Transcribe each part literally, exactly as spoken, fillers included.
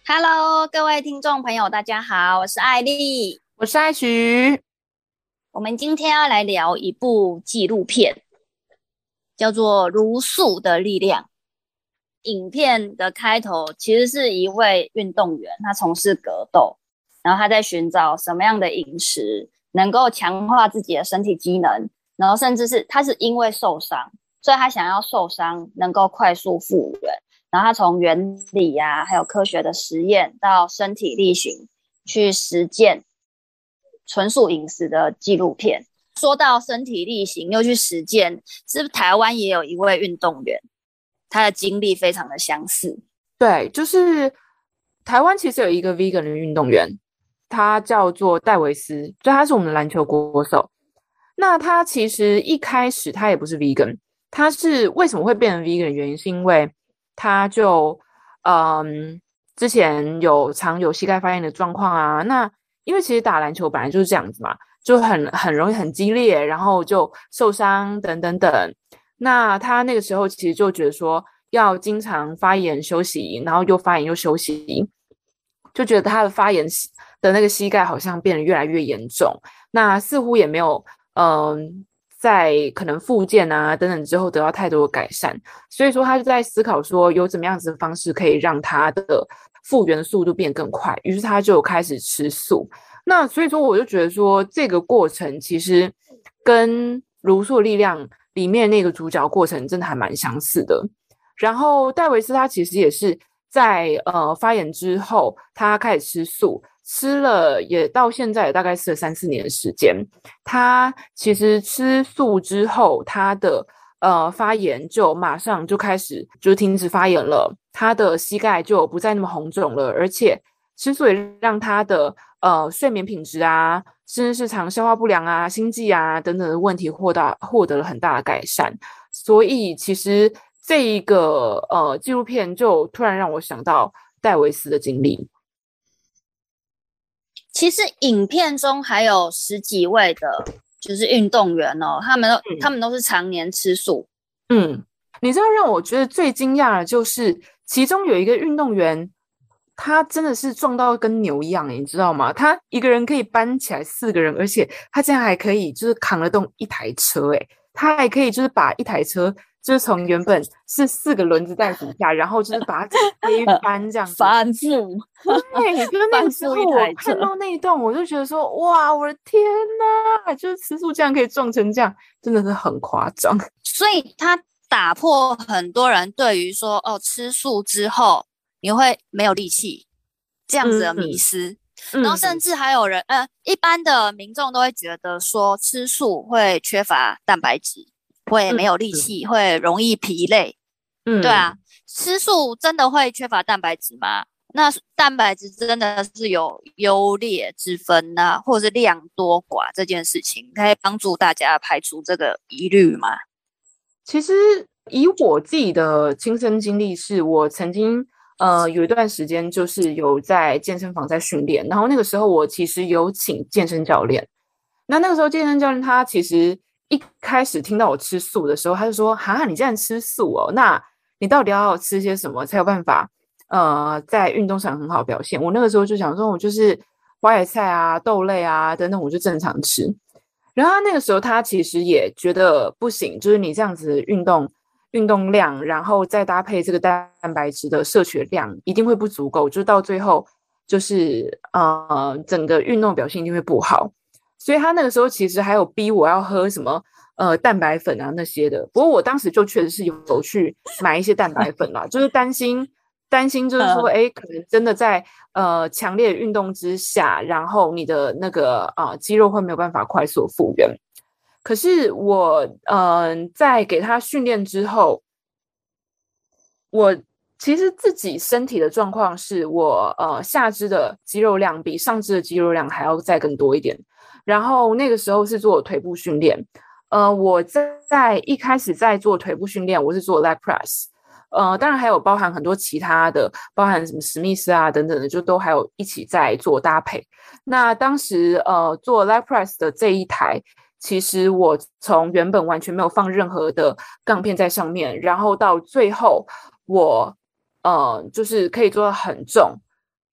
Hello，各位听众朋友，大家好，我是艾丽。 我是艾徐。 我们今天要来聊一部纪录片，叫做《茹素的力量》。影片的开头其实是一位运动员，他从事格斗，然后他在寻找什么样的饮食能够强化自己的身体机能，然后甚至是他是因为受伤，所以他想要受伤能够快速复原。然后他从原理啊，还有科学的实验到身体力行去实践纯素饮食的纪录片。说到身体力行又去实践，是不是台湾也有一位运动员，他的经历非常的相似？ 对，就是台湾其实有一个 vegan 的运动员，他叫做戴维斯，就他是我们的篮球国手。那他其实一开始他也不是 vegan，他是为什么会变成 vegan 的原因是因为他就嗯之前有常有膝盖发炎的状况啊。那因为其实打篮球本来就是这样子嘛，就很很容易很激烈，然后就受伤等等等。那他那个时候其实就觉得说要经常发炎休息，然后又发炎又休息，就觉得他的发炎的那个膝盖好像变得越来越严重。那似乎也没有嗯、呃在可能复健啊等等之后得到太多的改善，所以说他就在思考说有怎么样子的方式可以让他的复原的速度变更快，于是他就开始吃素。那所以说我就觉得说这个过程其实跟茹素力量里面那个主角过程真的还蛮相似的。然后戴维斯他其实也是在呃发炎之后，他开始吃素，吃了也到现在也大概吃了三四年的时间。他其实吃素之后，他的呃发炎就马上就开始就停止发炎了，他的膝盖就不再那么红肿了，而且吃素也让他的呃睡眠品质啊，甚至是肠消化不良啊、心悸啊等等的问题获得获得了很大的改善。所以其实这一个呃纪录片就突然让我想到戴维斯的经历。 其实影片中还有十几位的，就是运动员哦，他们都他嗯们都是常年吃素。 嗯，你知道让我觉得最惊讶的就是，其中有一个运动员，他真的是壮到跟牛一样，你知道吗？他一个人可以搬起来四个人，而且他竟然还可以就是扛得动一台车，诶，他还可以就是把一台车就是从原本是四个轮子在底下，然后就是把它推翻这样子。 反复对，就是那个时反复一候我台车。 看到那一段，我就觉得说，哇，我的天呐，就是吃素竟然可以撞成这样，真的是很夸张。 所以他打破很多人对于说哦吃素之后你会没有力气这样子的迷嗯思，然后甚嗯至还有人呃一般的民众都会觉得说吃素会缺乏蛋白质，会嗯没有力嗯气，会容易疲累。对啊， 嗯， 吃素真的会缺乏蛋白质吗？那蛋白质真的是有优劣之分呐、或者是量多寡这件事情，可以帮助大家排除这个疑虑吗？ 其实以我自己的亲身经历是，我曾经呃有一段时间就是有在健身房在训练，然后那个时候我其实有请健身教练。那那个时候健身教练他其实一开始听到我吃素的时候，他就说：“哈，你竟然吃素哦？那你到底要吃些什么才有办法呃在运动上很好表现？”我那个时候就想说，我就是花椰菜啊、豆类啊等等，我就正常吃。然后他那个时候他其实也觉得不行，就是你这样子运动运动量，然后再搭配这个蛋白质的摄取量，一定会不足够，就到最后就是呃整个运动表现一定会不好。所以他那个时候其实还有逼我要喝什么呃蛋白粉啊那些的。不过我当时就确实是有去买一些蛋白粉啦，就是担心担心就是说，哎，可能真的在呃强烈的运动之下，然后你的那个啊、呃、肌肉会没有办法快速复原。可是我嗯、呃在给他训练之后，我其实自己身体的状况是我呃下肢的肌肉量比上肢的肌肉量还要再更多一点。然后那个时候是做腿部训练，呃，我在一开始在做腿部训练，我是做 leg press，呃，当然还有包含很多其他的，包含什么史密斯啊等等的，就都还有一起在做搭配。那当时呃做 leg press 的这一台，其实我从原本完全没有放任何的杠片在上面，然后到最后我呃就是可以做到很重，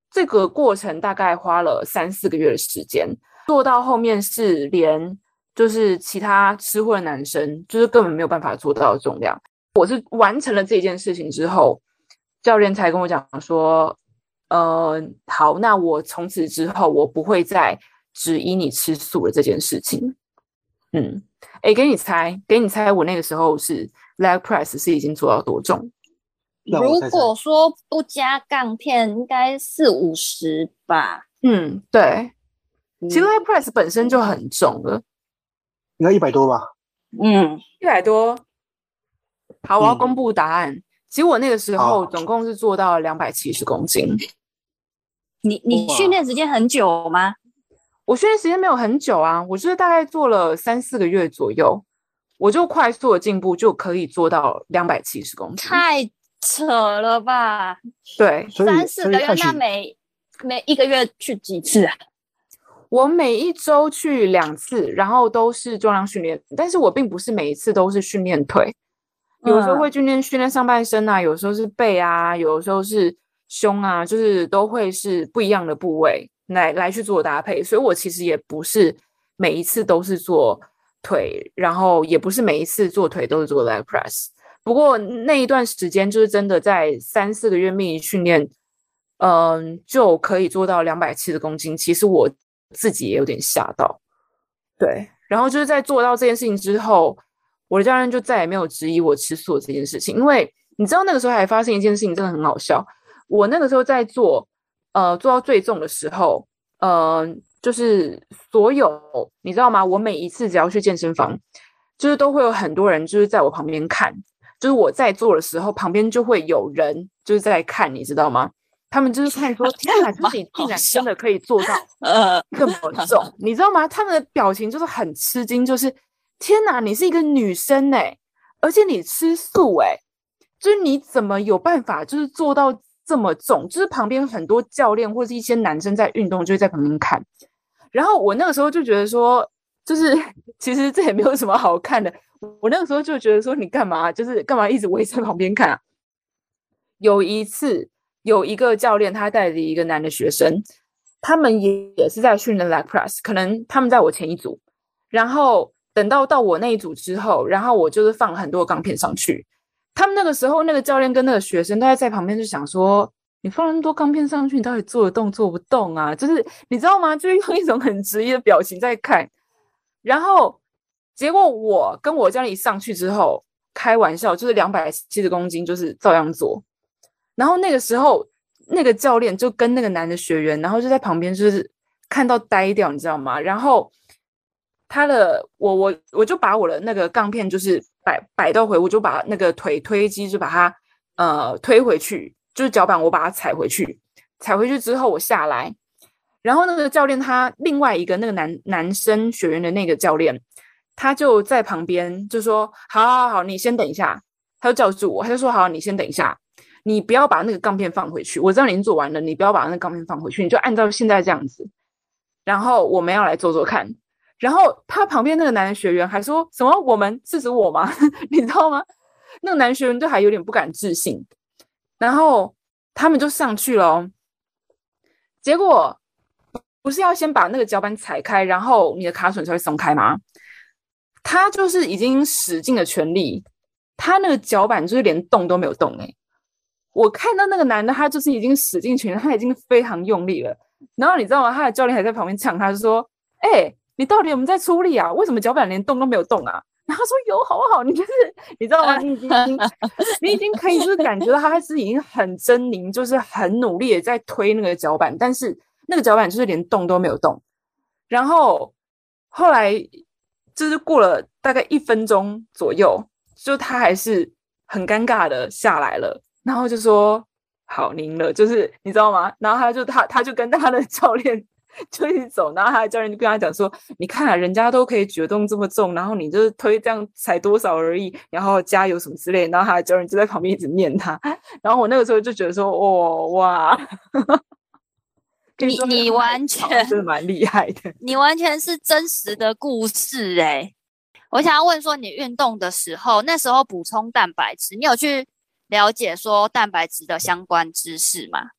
这个过程大概花了三四个月的时间，做到后面是连就是其他吃货的男生就是根本没有办法做到的重量。我是完成了这件事情之后，教练才跟我讲说，呃，好，那我从此之后我不会再质疑你吃素的这件事情。嗯，哎，给你猜，给你猜，我那个时候是 leg press 是已经做到多重？ 如果说不加杠片，应该四五十吧。 嗯，对，其实 leg press 本身就很重了， 应该一百多吧？ 嗯， 一百多。好，我要公布答案。嗯、其实我那个时候总共是做到两百七十公斤。 你你训练时间很久吗？ 我训练时间没有很久啊，我就是大概做了三四个月左右，我就快速的进步，就可以做到两百七十公斤。 太扯了吧？ 对， 三四个月，那每每一个月去几次啊？ 我每一周去两次，然后都是重量训练，但是我并不是每一次都是训练腿，有时候会训练训练上半身啊，有时候是背啊，有时候是胸啊，就是都会是不一样的部位来来去做搭配，所以我其实也不是每一次都是做腿，然后也不是每一次做腿都是做 leg press。不过那一段时间就是真的在三四个月密集训练，嗯，就可以做到两百七十公斤。其实我自己也有点吓到，对。然后就是在做到这件事情之后，我的教练就再也没有质疑我吃素这件事情，因为你知道那个时候还发生一件事情，真的很好笑。我那个时候在做，呃，做到最重的时候，呃，就是所有你知道吗？我每一次只要去健身房，就是都会有很多人就是在我旁边看。就是我在做的时候，旁边就会有人就是在看，你知道吗？他们就是看说，天哪，就是你竟然真的可以做到这么重，你知道吗？他们的表情就是很吃惊，就是天哪，你是一个女生哎、欸，而且你吃素哎、欸，就是你怎么有办法就是做到这么重？就是旁边很多教练或者一些男生在运动，就会在旁边看。然后我那个时候就觉得说，就是其实这也没有什么好看的。我那个时候就觉得说，你干嘛？就是干嘛一直围在旁边看啊？有一次，有一个教练他带着一个男的学生，他们也也是在训练 leg press， 可能他们在我前一组，然后等到到我那一组之后，然后我就是放很多钢片上去。他们那个时候，那个教练跟那个学生都在在旁边就想说，你放那么多钢片上去，你到底做得动做不动啊？就是你知道吗？就是用一种很质疑的表情在看，然后。结果我跟我教练一上去之后，开玩笑，就是两百七十公斤，就是照样做。然后那个时候，那个教练就跟那个男的学员，然后就在旁边，就是看到呆掉，你知道吗？然后他的我我我就把我的那个杠片就是摆摆到回，我就把那个腿推机就把它呃推回去，就是脚板我把它踩回去，踩回去之后我下来，然后那个教练他另外一个那个男男生学员的那个教练。他就在旁边就说好好好你先等一下，他就叫住我，他就说好你先等一下，你不要把那个杠片放回去，我知道你已经做完了，你不要把那个杠片放回去，你就按照现在这样子，然后我们要来做做看。然后他旁边那个男学员还说什么我们是指我吗你知道吗？那个男学员就还有点不敢置信，然后他们就上去了哦，结果不是要先把那个脚板踩开，然后你的卡榫才会松开吗？他就是已经使尽了全力，他那个脚板就是连动都没有动哎、欸！我看到那个男的，他就是已经使尽全力，他已经非常用力了。然后你知道吗？他的教练还在旁边呛他，就说：“哎、欸，你到底有没有在出力啊？为什么脚板连动都没有动啊？”然后他说：“有，好不好？你就是你知道吗？你已经你已经可以就是感觉到他是已经很狰狞，就是很努力的在推那个脚板，但是那个脚板就是连动都没有动。然后后来。”就是过了大概一分钟左右，就他还是很尴尬的下来了，然后就说好你赢了，就是你知道吗？然后他就他他就跟他的教练就一起走，然后他的教练就跟他讲说，你看啊，人家都可以举动这么重，然后你就是推这样才多少而已，然后加油什么之类的，然后他的教练就在旁边一直念他，然后我那个时候就觉得说，哦哇。 你你完全真的蛮厉害的， 你完全是真实的故事哎、欸！我想要问说，你运动的时候，那时候补充蛋白质，你有去了解说蛋白质的相关知识吗？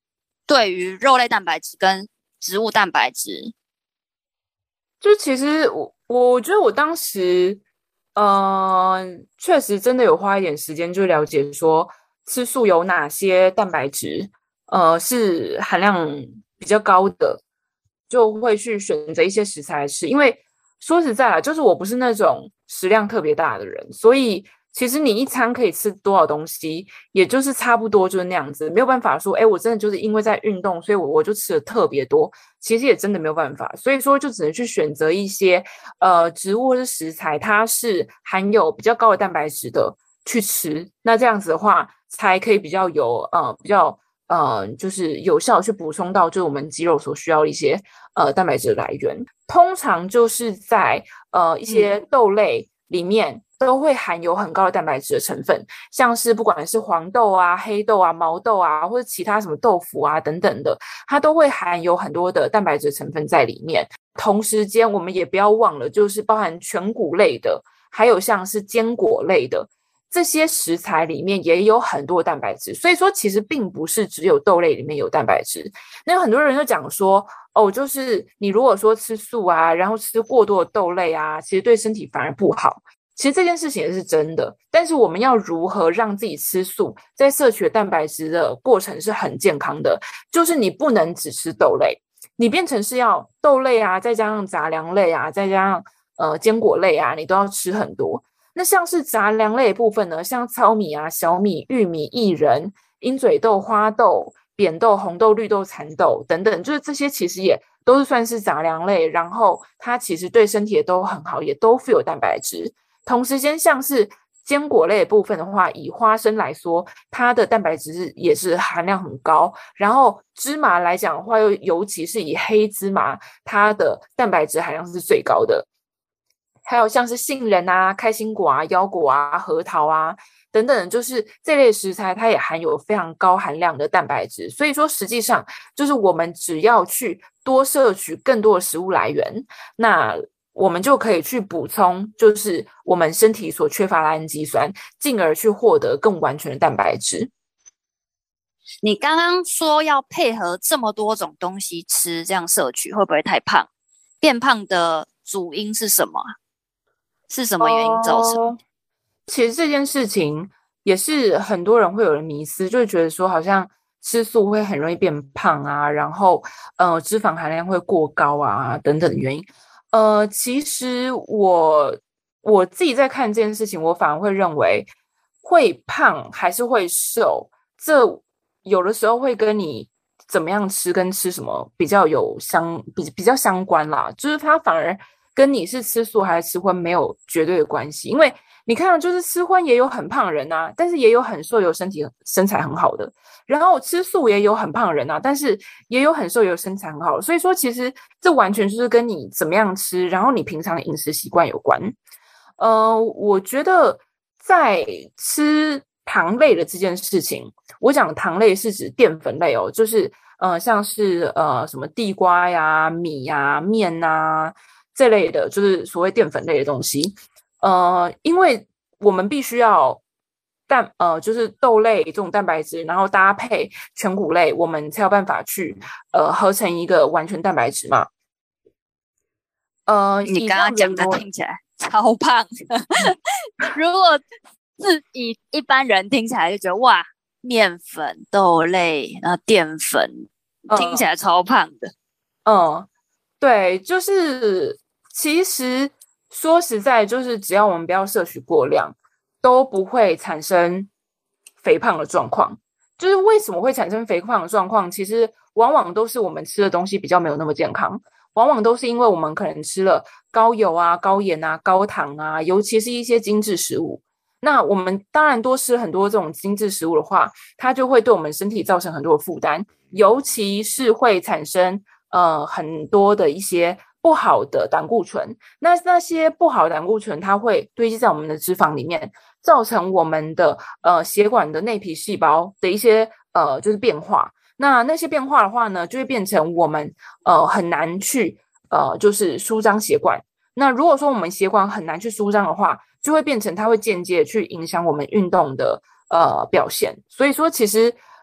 对于肉类蛋白质跟植物蛋白质？ 就其实我我觉得我当时，呃，确实真的有花一点时间，就了解说吃素有哪些蛋白质，呃，是含量比较高的，就会去选择一些食材来吃。因为说实在啦，就是我不是那种食量特别大的人，所以其实你一餐可以吃多少东西，也就是差不多就是那样子，没有办法说，哎，我真的就是因为在运动，所以我我就吃的特别多。其实也真的没有办法，所以说就只能去选择一些呃植物或是食材，它是含有比较高的蛋白质的去吃。那这样子的话，才可以比较有呃比较呃就是有效去补充到就是我们肌肉所需要的一些呃蛋白质的来源。通常就是在呃一些豆类里面。都会含有很高的蛋白质的成分，像是不管是黄豆啊、黑豆啊、毛豆啊，或者其他什么豆腐啊等等的，它都会含有很多的蛋白质成分在里面。同时间，我们也不要忘了，就是包含全谷类的，还有像是坚果类的这些食材里面也有很多蛋白质。所以说，其实并不是只有豆类里面有蛋白质。那有很多人就讲说，哦，就是你如果说吃素啊，然后吃过多的豆类啊，其实对身体反而不好。其实这件事情也是真的，但是我们要如何让自己吃素，在摄取蛋白质的过程是很健康的，就是你不能只吃豆类，你变成是要豆类啊，再加上杂粮类啊，再加上呃坚果类啊，你都要吃很多。那像是杂粮类的部分呢，像糙米啊、小米、玉米、薏仁、鹰嘴豆、花豆、扁豆、红豆、绿豆、蚕豆等等，就是这些其实也都是算是杂粮类，然后它其实对身体也都很好，也都富有蛋白质。同时间，像是坚果类的部分的话，以花生来说，它的蛋白质也是含量很高。然后芝麻来讲的话，又尤其是以黑芝麻，它的蛋白质含量是最高的。还有像是杏仁啊、开心果啊、腰果啊、核桃啊等等，就是这类食材，它也含有非常高含量的蛋白质。所以说，实际上就是我们只要去多摄取更多的食物来源，那我们就可以去补充，就是我们身体所缺乏的氨基酸，进而去获得更完全的蛋白质。 你刚刚说要配合这么多种东西吃，这样摄取会不会太胖？变胖的主因是什么？是什么原因造成？ 呃、其实这件事情也是很多人会有人迷思，就觉得说好像吃素会很容易变胖啊，然后呃脂肪含量会过高啊等等的原因。呃，其实我我自己在看这件事情，我反而会认为会胖还是会瘦，这有的时候会跟你怎么样吃跟吃什么比较有相比比较相关啦，就是它反而跟你是吃素还是吃荤没有绝对的关系，因为你看，就是吃荤也有很胖的人啊，但是也有很瘦有身体身材很好的。然后吃素也有很胖的人啊，但是也有很瘦也有身材很好的。所以说，其实这完全就是跟你怎么样吃，然后你平常的饮食习惯有关。呃，我觉得在吃糖类的这件事情，我讲糖类是指淀粉类哦，就是呃像是呃什么地瓜呀、米呀、面啊这类的，就是所谓淀粉类的东西。呃，因为我们必须要蛋呃，就是豆类这种蛋白质，然后搭配全谷类，我们才有办法去呃合成一个完全蛋白质嘛。呃， 你刚刚讲的听起来超胖的，如果是以一般人听起来就觉得哇，面粉、豆类，然后淀粉，听起来超胖的。 嗯，对，就是其实说实在，就是只要我们不要摄取过量，都不会产生肥胖的状况。就是为什么会产生肥胖的状况，其实往往都是我们吃的东西比较没有那么健康，往往都是因为我们可能吃了高油啊、高盐啊、高糖啊，尤其是一些精致食物。那我们当然多吃很多这种精致食物的话，它就会对我们身体造成很多的负担，尤其是会产生呃很多的一些不好的胆固醇。那那些不好的胆固醇，它会堆积在我们的脂肪里面，造成我们的呃血管的内皮细胞的一些呃就是变化。那那些变化的话呢，就会变成我们呃很难去呃就是舒张血管。那如果说我们血管很难去舒张的话，就会变成它会间接去影响我们运动的呃表现。所以说，其实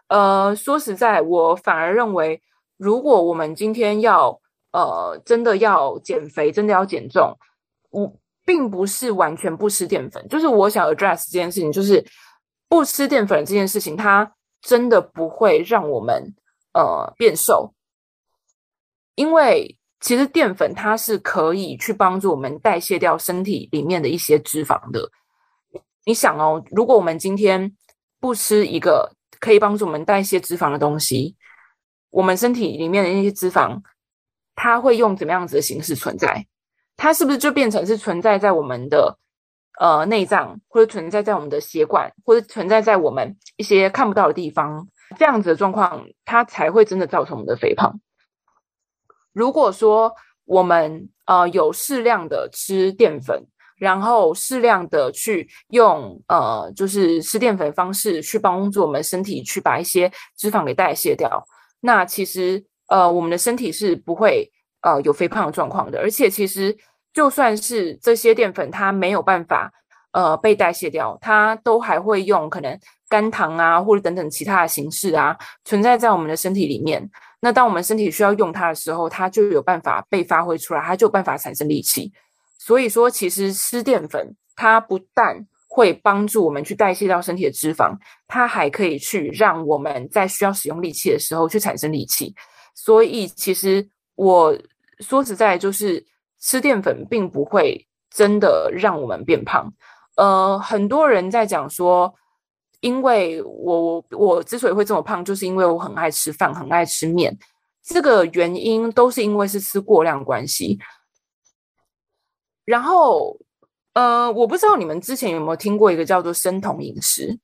呃，说实在，我反而认为，如果我们今天要呃真的要减肥，真的要减重，我并不是完全不吃淀粉，就是我想 address 这件事情，就是不吃淀粉这件事情，它真的不会让我们呃变瘦，因为其实淀粉它是可以去帮助我们代谢掉身体里面的一些脂肪的。你想哦，如果我们今天不吃一个可以帮助我们代谢脂肪的东西，我们身体里面的那些脂肪，它会用怎么样子的形式存在？它是不是就变成是存在在我们的呃内脏，或者存在在我们的血管，或者存在在我们一些看不到的地方？这样子的状况，它才会真的造成我们的肥胖。如果说我们呃有适量的吃淀粉，然后适量的去用呃就是吃淀粉的方式去帮助我们身体去把一些脂肪给代谢掉，那其实呃我们的身体是不会呃有肥胖的状况的。而且其实就算是这些淀粉它没有办法呃被代谢掉，它都还会用可能肝糖啊或者等等其他的形式啊存在在我们的身体里面。那当我们身体需要用它的时候，它就有办法被发挥出来，它就有办法产生力气。所以说其实吃淀粉它不但会帮助我们去代谢掉身体的脂肪，它还可以去让我们在需要使用力气的时候去产生力气。所以其实我说实在，就是吃淀粉并不会真的让我们变胖。呃，很多人在讲说，因为我我之所以会这么胖，就是因为我很爱吃饭，很爱吃面，这个原因都是因为是吃过量关系。然后呃，我不知道你们之前有没有听过一个叫做生酮饮食？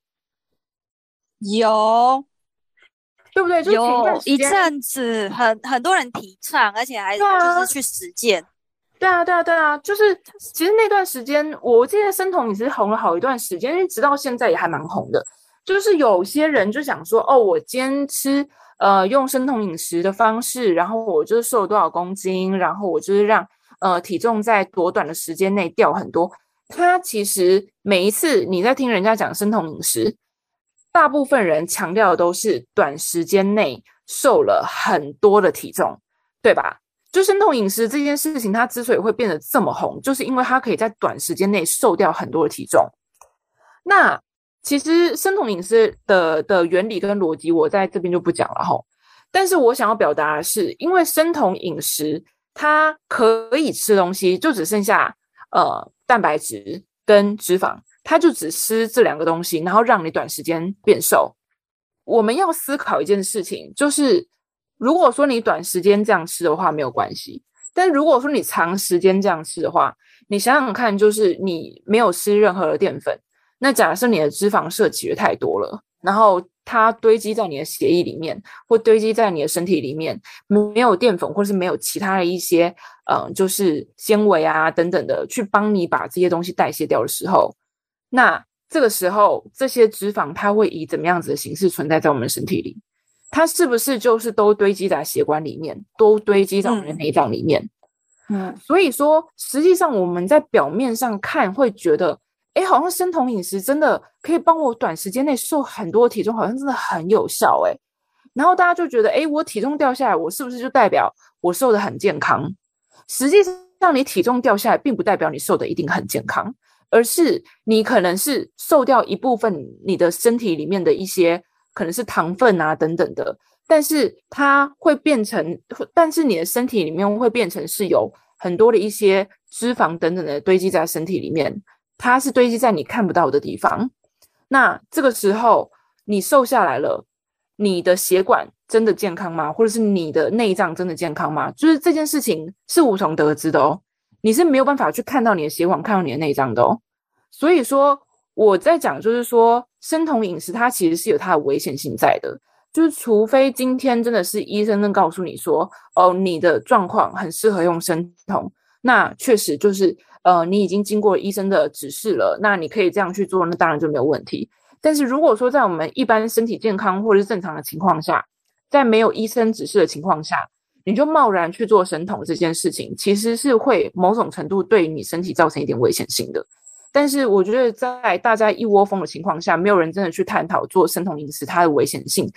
有， 对不对？就是前一段有一时间阵子很很多人提倡，而且还对啊就是去实践。 对啊，对啊，对啊，就是其实那段时间，我记得生酮饮食红了好一段时间，因为直到现在也还蛮红的。就是有些人就想说，哦，我今天吃呃用生酮饮食的方式，然后我就是瘦了多少公斤，然后我就是让呃体重在多短的时间内掉很多。他其实每一次你在听人家讲生酮饮食，大部分人强调的都是短时间内瘦了很多的体重，对吧？就生酮饮食这件事情，它之所以会变得这么红，就是因为它可以在短时间内瘦掉很多的体重。那其实生酮饮食的的原理跟逻辑，我在这边就不讲了齁。但是我想要表达的是，因为生酮饮食它可以吃东西，就只剩下呃蛋白质跟脂肪，它就只吃这两个东西，然后让你短时间变瘦。我们要思考一件事情，就是如果说你短时间这样吃的话没有关系，但如果说你长时间这样吃的话，你想想看，就是你没有吃任何的淀粉，那假设你的脂肪摄取的太多了，然后它堆积在你的血液里面，或堆积在你的身体里面，没有淀粉或是没有其他的一些嗯，就是纤维啊等等的去帮你把这些东西代谢掉的时候，那这个时候这些脂肪它会以怎么样子的形式存在在我们身体里？它是不是就是都堆积在血管里面，都堆积在我们的内脏里面？ 嗯， 所以说实际上我们在表面上看会觉得，诶，好像生酮饮食真的可以帮我短时间内瘦很多体重，好像真的很有效诶。然后大家就觉得，诶，我体重掉下来，我是不是就代表我瘦得很健康？实际上你体重掉下来并不代表你瘦得一定很健康，而是你可能是瘦掉一部分你的身体里面的一些可能是糖分啊等等的，但是它会变成，但是你的身体里面会变成是有很多的一些脂肪等等的堆积在身体里面，它是堆积在你看不到的地方。那这个时候你瘦下来了，你的血管真的健康吗？或者是你的内脏真的健康吗？就是这件事情是无从得知的哦，你是没有办法去看到你的血管，看到你的内脏的哦。所以说我在讲就是说生酮饮食它其实是有它的危险性在的，就是除非今天真的是医生能告诉你说，哦，你的状况很适合用生酮，那确实就是呃你已经经过医生的指示了，那你可以这样去做，那当然就没有问题。但是如果说在我们一般身体健康或者是正常的情况下，在没有医生指示的情况下，你就贸然去做生酮这件事情，其实是会某种程度对你身体造成一点危险性的。但是我觉得在大家一窝蜂的情况下，没有人真的去探讨做生酮饮食它的危险性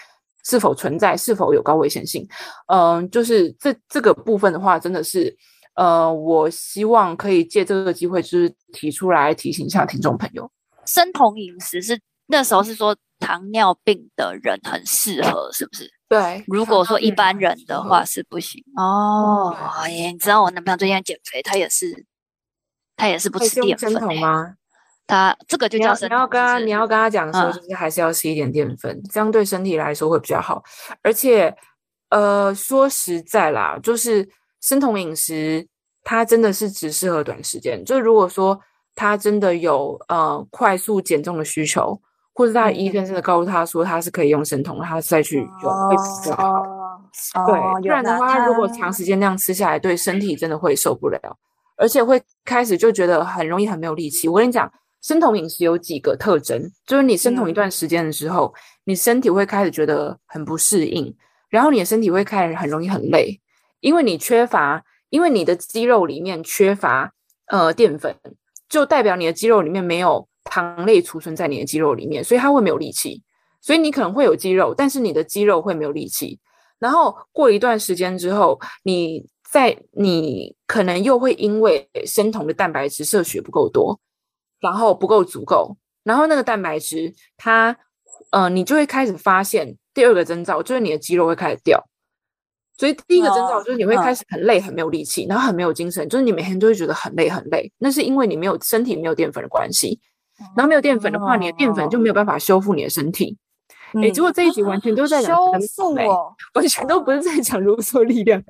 是否存在，是否有高危险性。嗯、呃，就是这这个部分的话，真的是呃，我希望可以借这个机会，就是提出来提醒一下听众朋友。 生酮饮食是那时候是说糖尿病的人很适合，是不是？ 对， 如果说一般人的话是不行哦。耶，你知道我男朋友最近在减肥，他也是，他也是不吃淀粉、欸。 生酮吗？ 他这个就叫生酮。 你要跟他，你要跟他讲说， 嗯、 就是还是要吃一点淀粉，这样对身体来说会比较好。而且，呃，说实在啦，就是生酮饮食，它真的是只适合短时间。就如果说他真的有呃快速减重的需求，或者他的医生真的告诉他说他是可以用生酮，他再去用会比较好。 哦、 对，不然的话，他如果他长时间那样吃下来，对身体真的会受不了，而且会开始就觉得很容易很没有力气。我跟你讲，生酮饮食有几个特征，就是你生酮一段时间的时候，嗯、你身体会开始觉得很不适应，然后你的身体会开始很容易很累，因为你缺乏，因为你的肌肉里面缺乏呃淀粉，就代表你的肌肉里面没有糖类储存在你的肌肉里面，所以它会没有力气。所以你可能会有肌肉，但是你的肌肉会没有力气。然后过一段时间之后，你在你可能又会因为生酮的蛋白质摄取不够多，然后不够足够，然后那个蛋白质它呃，你就会开始发现第二个征兆，就是你的肌肉会开始掉。所以第一个征兆就是你会开始很累，很没有力气，然后很没有精神，就是你每天都会觉得很累很累，那是因为你没有身体没有淀粉的关系。然后没有淀粉的话，你的淀粉就没有办法修复你的身体。哎、嗯，结果这一集完全都在讲修复哦， 完全都不是在讲如素力量。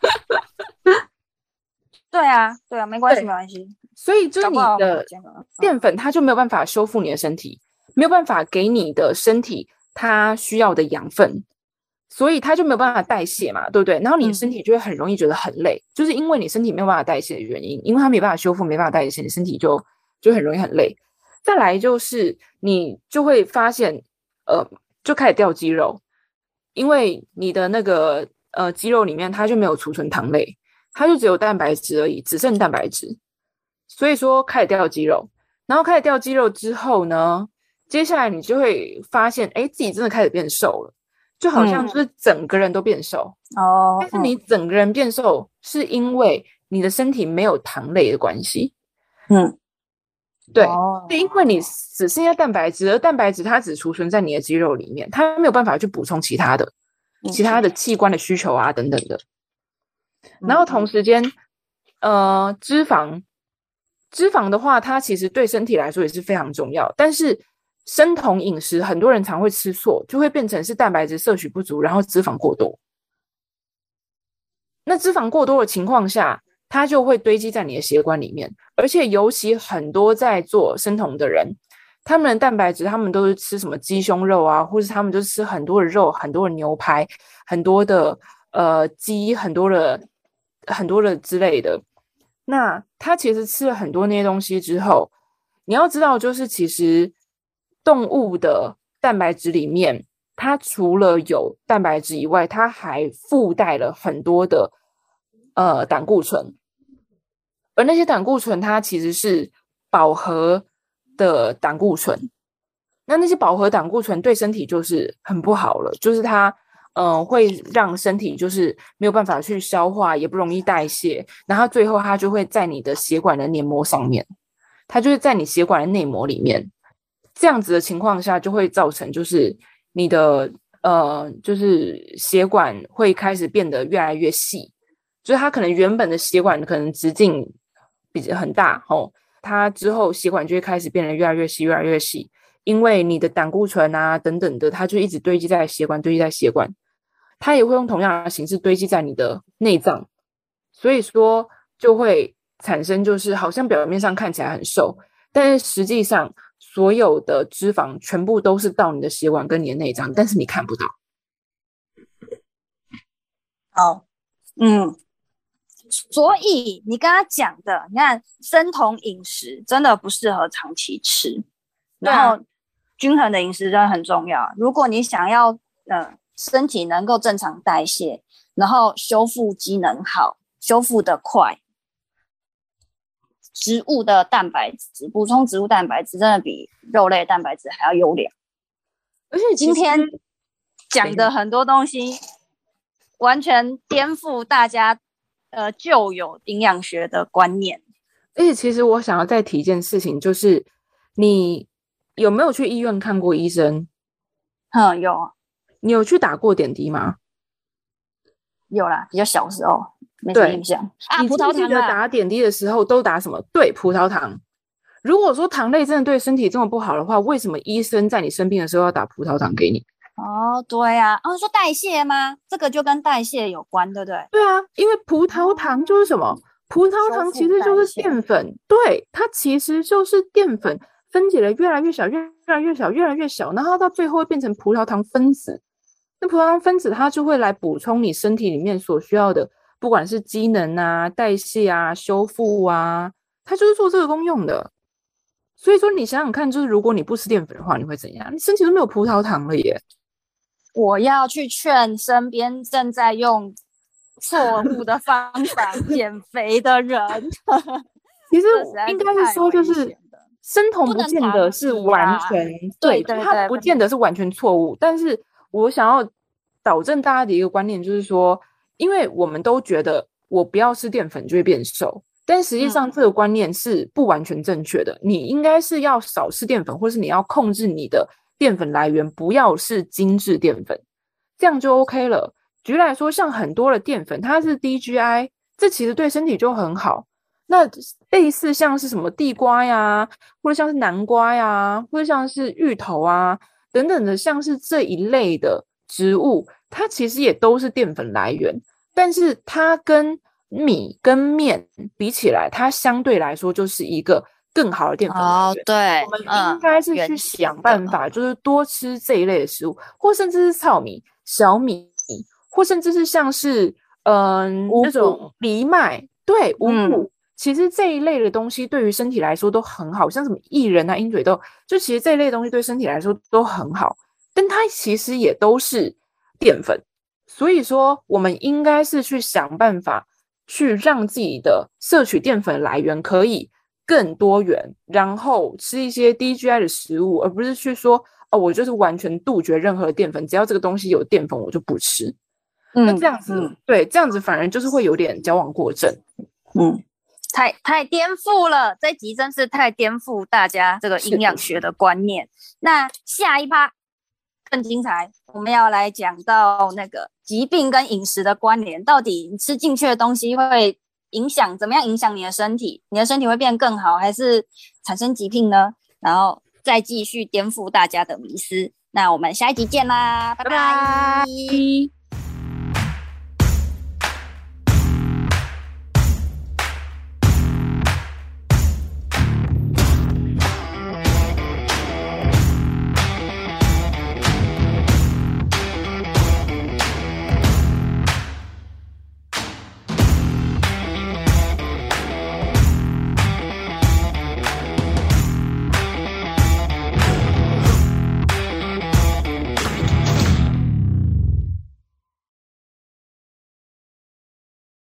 对啊，对啊，没关系，没关系。 所以就是你的淀粉，它就没有办法修复你的身体，没有办法给你的身体它需要的养分，所以它就没有办法代谢嘛，对不对？然后你的身体就会很容易觉得很累，嗯、就是因为你身体没有办法代谢的原因，因为它没办法修复，没办法代谢，你身体就就很容易很累。再来就是你就会发现，呃。就开始掉肌肉，因为你的那个呃肌肉里面它就没有储存糖类，它就只有蛋白质而已，只剩蛋白质，所以说开始掉肌肉。然后开始掉肌肉之后呢，接下来你就会发现，哎，自己真的开始变瘦了，就好像就是整个人都变瘦哦。嗯、但是你整个人变瘦是因为你的身体没有糖类的关系，嗯。对，哦、因为你只剩下蛋白质，而蛋白质它只储存在你的肌肉里面，它没有办法去补充其他的、嗯、其他的器官的需求啊等等的。然后同时间，呃，脂肪，脂肪的话，它其实对身体来说也是非常重要。但是生酮饮食，很多人常会吃错，就会变成是蛋白质摄取不足，然后脂肪过多。那脂肪过多的情况下，它就会堆积在你的血管里面，而且尤其很多在做生酮的人，他们的蛋白质，他们都是吃什么鸡胸肉啊，或是他们就吃很多的肉，很多的牛排，很多的呃鸡，很多的很多的之类的。那他其实吃了很多那些东西之后，你要知道，就是其实动物的蛋白质里面，它除了有蛋白质以外，它还附带了很多的呃胆固醇。而那些胆固醇它其实是饱和的胆固醇，那那些饱和胆固醇对身体就是很不好了，就是它嗯、呃、会让身体就是没有办法去消化，也不容易代谢，然后最后它就会在你的血管的黏膜上面，它就是在你血管的内膜里面，这样子的情况下就会造成就是你的呃就是血管会开始变得越来越细，就是它可能原本的血管可能直径比较很大哦，它之后血管就会开始变得越来越细越来越细，因为你的胆固醇啊等等的，它就一直堆积在血管堆积在血管，它也会用同样的形式堆积在你的内脏，所以说就会产生就是好像表面上看起来很瘦，但是实际上所有的脂肪全部都是到你的血管跟你的内脏，但是你看不到。 好，嗯。所以你刚刚讲的，你看生酮饮食真的不适合长期吃，然后均衡的饮食真的很重要。如果你想要呃身体能够正常代谢，然后修复机能好，修复的快，植物的蛋白质补充植物蛋白质真的比肉类蛋白质还要优良。 而且今天讲的很多东西完全颠覆大家呃旧有营养学的观念。 而且其实我想要再提一件事情，就是你有没有去医院看过医生？ 嗯，有啊。 你有去打过点滴吗？ 有啦，比较小的时候没什么印象啊。葡萄糖啊， 你记得打点滴的时候都打什么？对，葡萄糖。如果说糖类真的对身体这么不好的话，为什么医生在你生病的时候要打葡萄糖给你？ 哦，对啊，哦，说代谢吗？这个就跟代谢有关，对不对？ 对啊，因为葡萄糖就是什么？葡萄糖其实就是淀粉，对，它其实就是淀粉分解的越来越小，越来越小，越来越小，然后到最后会变成葡萄糖分子。那葡萄糖分子它就会来补充你身体里面所需要的，不管是机能啊、代谢啊、修复啊，它就是做这个功用的。所以说你想想看，就是如果你不吃淀粉的话，你会怎样？你身体都没有葡萄糖了耶。 我要去劝身边正在用错误的方法减肥的人。 其实应该是说，就是生酮不见得是完全对， 对对对， 它不见得是完全错误。但是我想要导正大家的一个观念，就是说，因为我们都觉得我不要吃淀粉就会变瘦，但实际上这个观念是不完全正确的。嗯、你应该是要少吃淀粉，或是你要控制你的淀粉来源，不要是精致淀粉，这样就 OK 了。举例来说，像很多的淀粉它是低 G I， 这其实对身体就很好。那类似像是什么地瓜呀，或者像是南瓜呀，或者像是芋头啊等等的，像是这一类的植物，它其实也都是淀粉来源，但是它跟米跟面比起来，它相对来说就是一个更好的淀粉来源。 哦，对， 我们应该是去想办法，嗯、就是多吃这一类的食物，或甚至是糙米、小米，或甚至是像是嗯、呃、那种藜麦，对，五谷。嗯，其实这一类的东西对于身体来说都很好，像什么薏仁啊、鹰嘴豆，就其实这一类的东西对身体来说都很好，但它其实也都是淀粉。所以说，我们应该是去想办法，去让自己的摄取淀粉来源可以更多元，然后吃一些低 G I 的食物，而不是去说哦，我就是完全杜绝任何的淀粉，只要这个东西有淀粉，我就不吃。嗯，那这样子，嗯、对，这样子反而就是会有点矫枉过正。 嗯。太太颠覆了，这一集真是太颠覆大家这个营养学的观念。那下一趴更精彩，我们要来讲到那个疾病跟饮食的关联，到底你吃进去的东西会影响怎么样影响你的身体？你的身体会变更好，还是产生疾病呢？然后再继续颠覆大家的迷思。那我们下一集见啦，拜拜。 拜拜。